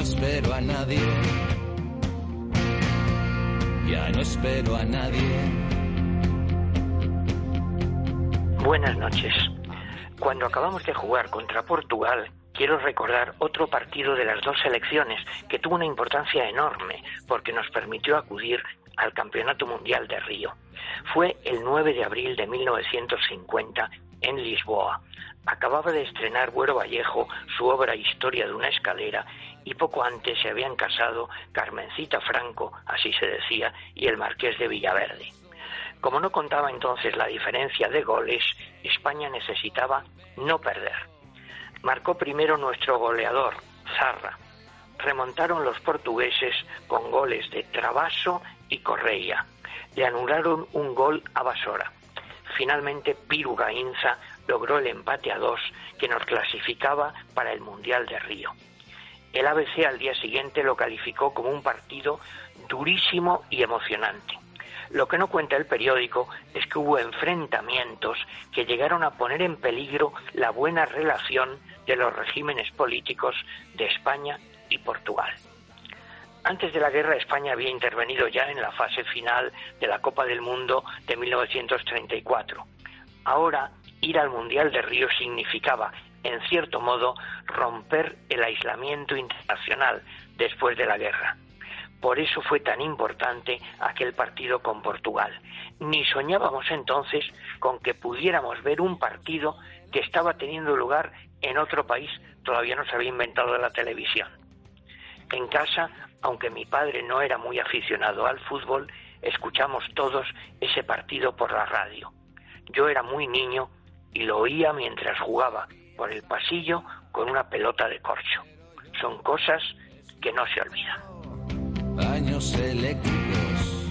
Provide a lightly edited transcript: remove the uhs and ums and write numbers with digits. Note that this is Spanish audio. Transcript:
espero a nadie. Ya no espero a nadie. Buenas noches. Cuando acabamos de jugar contra Portugal, quiero recordar otro partido de las dos selecciones que tuvo una importancia enorme porque nos permitió acudir al Campeonato Mundial de Río. Fue el 9 de abril de 1950 en Lisboa. Acababa de estrenar Buero Vallejo su obra Historia de una escalera y poco antes se habían casado Carmencita Franco, así se decía, y el Marqués de Villaverde. Como no contaba entonces la diferencia de goles, España necesitaba no perder. Marcó primero nuestro goleador, Zarra. Remontaron los portugueses con goles de Travaso y Correia. Le anularon un gol a Basora. Finalmente, Piru Gainza logró el empate a 2 que nos clasificaba para el Mundial de Río. El ABC al día siguiente lo calificó como un partido durísimo y emocionante. Lo que no cuenta el periódico es que hubo enfrentamientos que llegaron a poner en peligro la buena relación de los regímenes políticos de España y Portugal. Antes de la guerra, España había intervenido ya en la fase final de la Copa del Mundo de 1934. Ahora, ir al Mundial de Río significaba, en cierto modo, romper el aislamiento internacional después de la guerra. Por eso fue tan importante aquel partido con Portugal. Ni soñábamos entonces con que pudiéramos ver un partido que estaba teniendo lugar en otro país. Todavía no se había inventado la televisión. En casa, aunque mi padre no era muy aficionado al fútbol, escuchamos todos ese partido por la radio. Yo era muy niño y lo oía mientras jugaba por el pasillo con una pelota de corcho. Son cosas que no se olvidan. Baños eléctricos,